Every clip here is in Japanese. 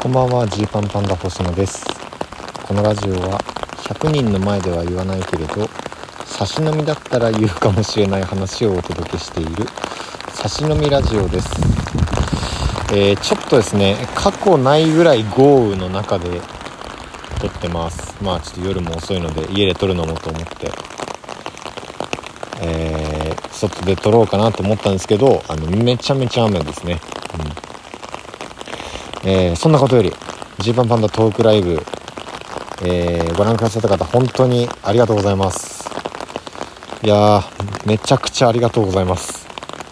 こんばんは、ジーパンパンダ星野です。このラジオは100人の前では言わないけれど差し飲みだったら言うかもしれない話をお届けしている差し飲みラジオです。ちょっとですね、過去ないぐらい豪雨の中で撮ってます。ちょっと夜も遅いので家で撮るのもと思って、外で撮ろうかなと思ったんですけど、めちゃめちゃ雨ですね。そんなことよりジーパンパンダトークライブ、ご覧くださった方本当にありがとうございます。いやー、めちゃくちゃありがとうございます。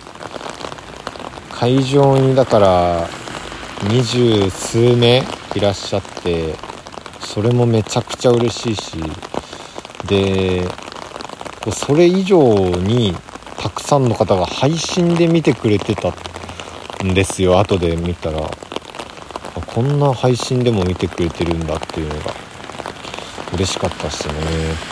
会場にだから20数名いらっしゃって、それもめちゃくちゃ嬉しいし、でそれ以上にたくさんの方が配信で見てくれてたんですよ。後で見たらこんな配信でも見てくれてるんだっていうのが嬉しかったっすね。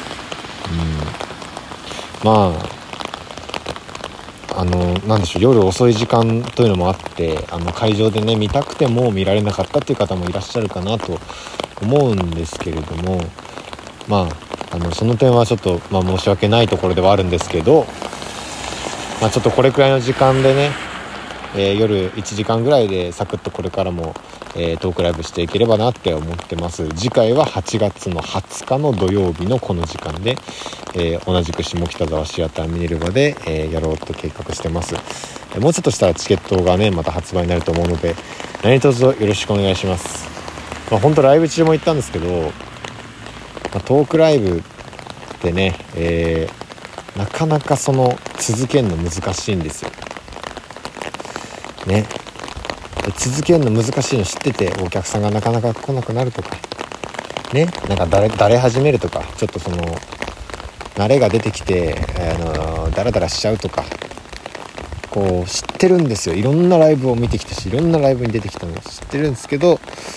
なんでしょう、夜遅い時間というのもあって、会場でね見たくても見られなかったっていう方もいらっしゃるかなと思うんですけれども、その点はちょっと、申し訳ないところではあるんですけど、ちょっとこれくらいの時間でね、夜1時間ぐらいでサクッとこれからも、トークライブしていければなって思ってます。次回は8月の20日の土曜日のこの時間で、同じく下北沢シアターミネルバで、やろうと計画してます。もうちょっとしたらチケットがねまた発売になると思うので、何卒よろしくお願いします。本当ライブ中も言ったんですけど、トークライブってね、なかなかその続けるの難しいんですよね。続けるの難しいの知ってて、お客さんがなかなか来なくなるとかね、なんかだれ始めるとか、ちょっとその慣れが出てきてダラダラしちゃうとか、こう知ってるんですよ。いろんなライブを見てきたし、いろんなライブに出てきたのを知ってるんですけど、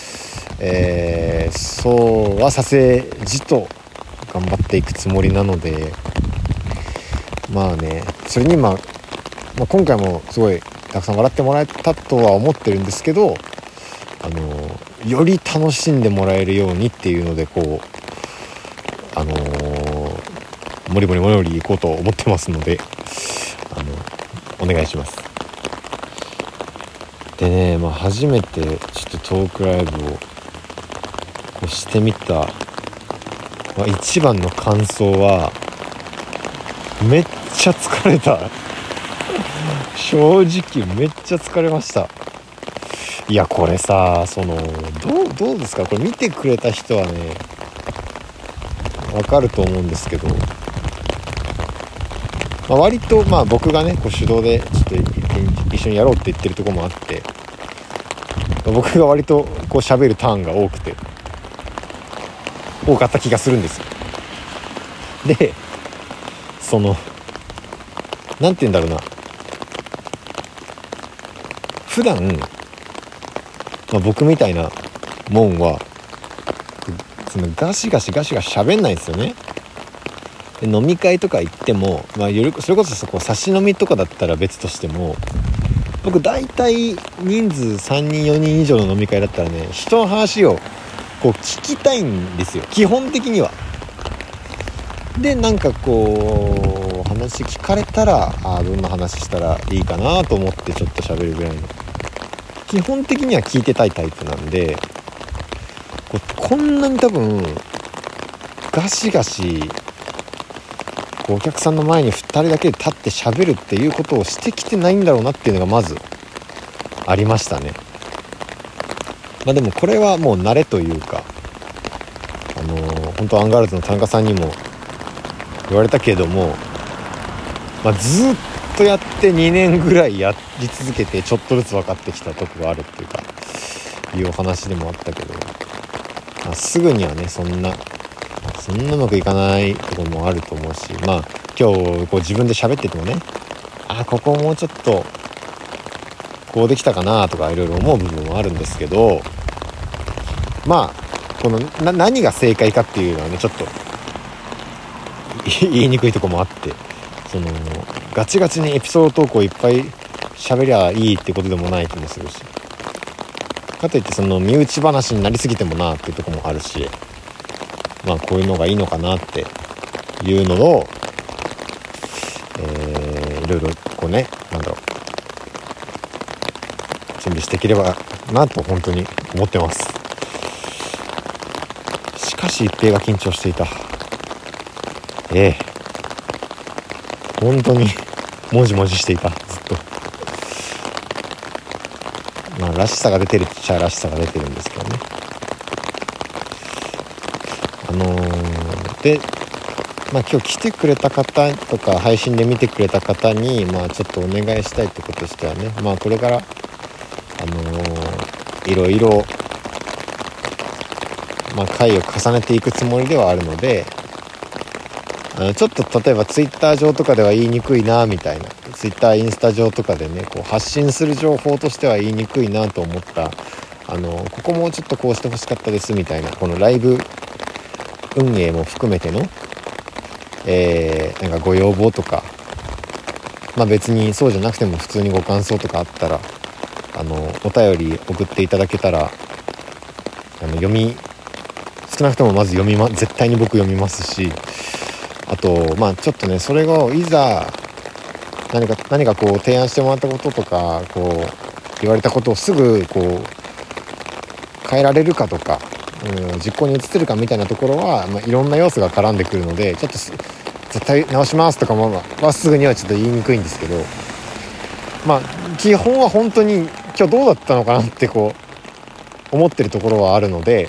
そうはさせじと頑張っていくつもりなので、それに今回もすごいたくさん笑ってもらえたとは思ってるんですけど、より楽しんでもらえるようにっていうので、こうもりもりいこうと思ってますので、お願いします。でね、初めてちょっとトークライブをこうしてみた、一番の感想はめっちゃ疲れた正直めっちゃ疲れました。いや、これさ、どうですか、これ見てくれた人はねわかると思うんですけど、割と僕がねこう主導でちょっと一緒にやろうって言ってるところもあって、僕が割とこう喋るターンが多かった気がするんですよ。で、なんて言うんだろうな、普段、僕みたいなもんはガシガシ喋んないんですよね。で、飲み会とか行っても、それこそ差し飲みとかだったら別としても、僕大体人数3人4人以上の飲み会だったらね、人の話をこう聞きたいんですよ、基本的には。で、なんかこう話聞かれたら、どんな話したらいいかなと思ってちょっと喋るぐらいの、基本的には聞いてたいタイプなんで、こんなに多分ガシガシお客さんの前に2人だけで立って喋るっていうことをしてきてないんだろうなっていうのがまずありましたね。でもこれはもう慣れというか、本当アンガールズの田中さんにも言われたけれども、ずっとやって2年ぐらいやり続けてちょっとずつ分かってきたとこがあるっていうか、いうお話でもあったけど、すぐにはねそんなうまくいかないところもあると思うし、今日こう自分で喋っててもね、ここもうちょっとこうできたかなとかいろいろ思う部分もあるんですけど、この何が正解かっていうのはねちょっと言いにくいところもあって、ガチガチにエピソードトークをいっぱい喋りゃいいってことでもない気もするし、 かといってその身内話になりすぎてもなっていうところもあるし、まあこういうのがいいのかなっていうのを、いろいろこうね、準備していければなと本当に思ってます。しかし一平が緊張していた。本当にもじもじしていた、ずっと。まあらしさが出てるっちゃらしさが出てるんですけどね。でまあ今日来てくれた方とか配信で見てくれた方にまあちょっとお願いしたいってこととしてはね、まあこれからいろいろまあ回を重ねていくつもりではあるので、ちょっと例えばツイッター上とかでは言いにくいなみたいな、ツイッターインスタ上とかでねこう発信する情報としては言いにくいなと思ったここもちょっとこうしてほしかったですみたいな、このライブ運営も含めてのなんかご要望とか、まあ別にそうじゃなくても普通にご感想とかあったらお便り送っていただけたら少なくともまず絶対に僕読みますし、あとまあちょっとねそれをいざ何かこう提案してもらったこととかこう言われたことをすぐこう変えられるかとか、実行に移せるかみたいなところは、まあ、いろんな要素が絡んでくるのでちょっと絶対直しますとかはすぐにはちょっと言いにくいんですけど、まあ基本は本当に今日どうだったのかなってこう思ってるところはあるので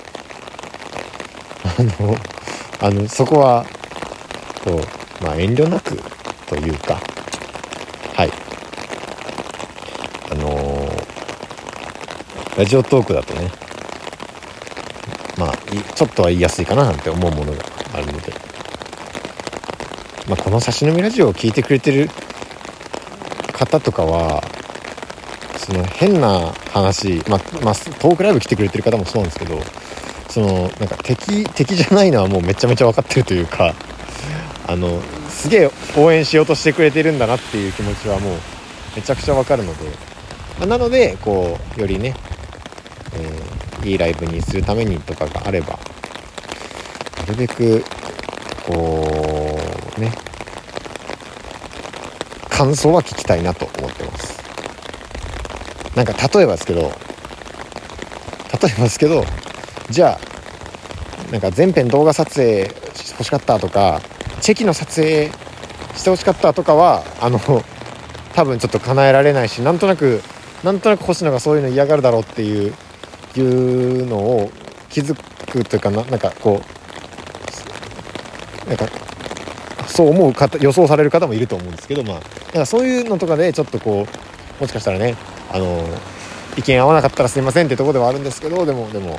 そこはこう、まあ、遠慮なくというか、はいラジオトークだとねまあちょっとは言いやすいかななんて思うものがあるので、まあ、この差し飲みラジオを聞いてくれてる方とかはその変な話、まあ、トークライブ来てくれてる方もそうなんですけど、そのなんか敵じゃないのはもうめちゃめちゃ分かってるというか、すげえ応援しようとしてくれてるんだなっていう気持ちはもうめちゃくちゃ分かるので、なのでこうよりね、いいライブにするためにとかがあればなるべくこうね感想は聞きたいなと思ってます。なんか例えばですけどじゃあなんか全編動画撮影欲しかったとかチェキの撮影して欲しかったとかは多分ちょっと叶えられないし、なんとなく星野がそういうの嫌がるだろうっていうのを気づくというかなんかこうなんかそう思う方予想される方もいると思うんですけど、まあなんかそういうのとかでちょっとこうもしかしたらね意見合わなかったらすいませんってところではあるんですけど、でも本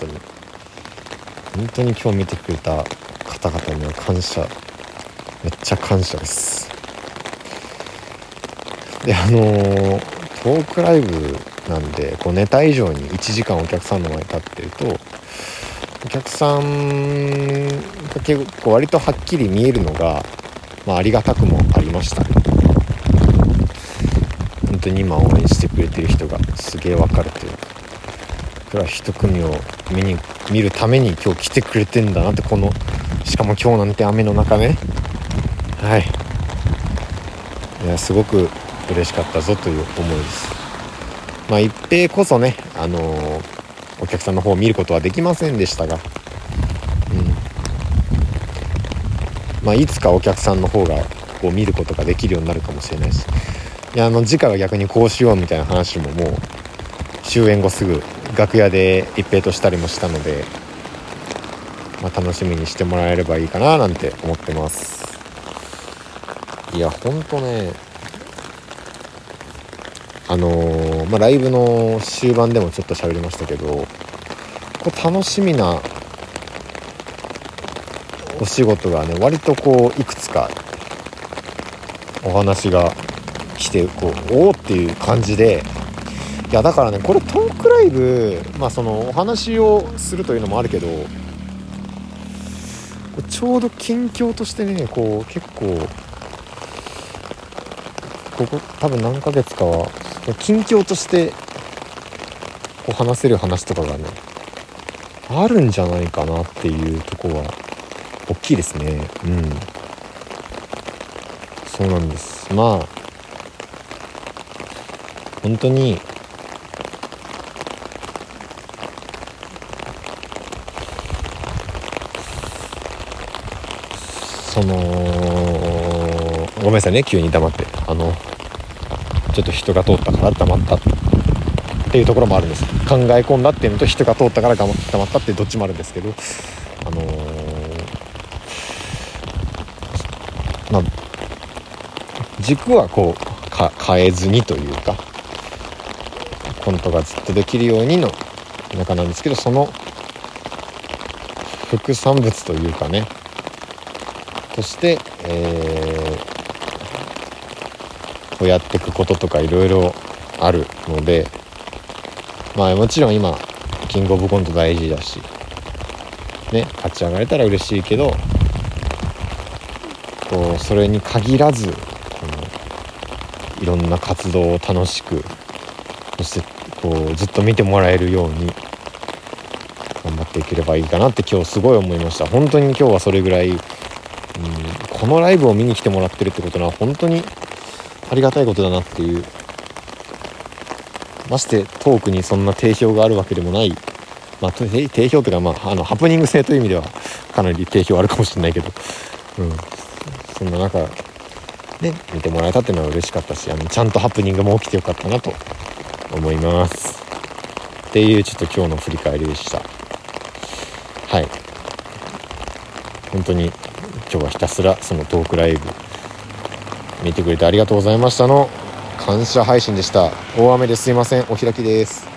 当に今日見てくれた方々にはめっちゃ感謝です。でトークライブなんでこうネタ以上に1時間お客さんの前に立ってるとお客さんが結構割とはっきり見えるのが、まあ、ありがたくもありました。本当に今応援してくれてる人がすげえわかるというか、これは一組を見るために今日来てくれてんだなって、しかも今日なんて雨の中ね、いやすごく嬉しかったぞという思いです。まあ一平こそねお客さんの方を見ることはできませんでしたが、まあいつかお客さんの方がこう見ることができるようになるかもしれないし、次回は逆にこうしようみたいな話ももう終演後すぐ楽屋で一平としたりもしたので、まあ、楽しみにしてもらえればいいかななんて思ってます。いやほんとねまあ、ライブの終盤でもちょっと喋りましたけど、こう楽しみなお仕事がね割とこういくつかお話が来てこうおーっていう感じで、いやだからねこれトークライブ、まあそのお話をするというのもあるけど、ちょうど近況としてねこう結構ここ多分何ヶ月かは近況としてこう話せる話とかがねあるんじゃないかなっていうところは大きいですね。そうなんです。まあ本当にごめんなさいね、急に黙って、ちょっと人が通ったから黙ったっていうところもあるんです。考え込んだっていうのと人が通ったから黙ったってどっちもあるんですけど、まあ軸はこう変えずにというか、コントがずっとできるようにの中なんですけど、その副産物というかねとして、こうやっていくこととかいろいろあるので、まあもちろん今キングオブコント大事だしね、勝ち上がれたら嬉しいけど、こうそれに限らずいろんな活動を楽しく、そしてこうずっと見てもらえるように頑張っていければいいかなって今日すごい思いました。本当に今日はそれぐらい、このライブを見に来てもらってるってことは本当にありがたいことだなっていう、ましてトークにそんな定評があるわけでもない、定評というか、ハプニング性という意味ではかなり定評あるかもしれないけど、そんな中ね見てもらえたっていうのは嬉しかったし、ちゃんとハプニングも起きてよかったなと思いますっていう、ちょっと今日の振り返りでした。はい、本当に今日はひたすらそのトークライブ見てくれてありがとうございましたの感謝配信でした。大雨ですいません。お開きです。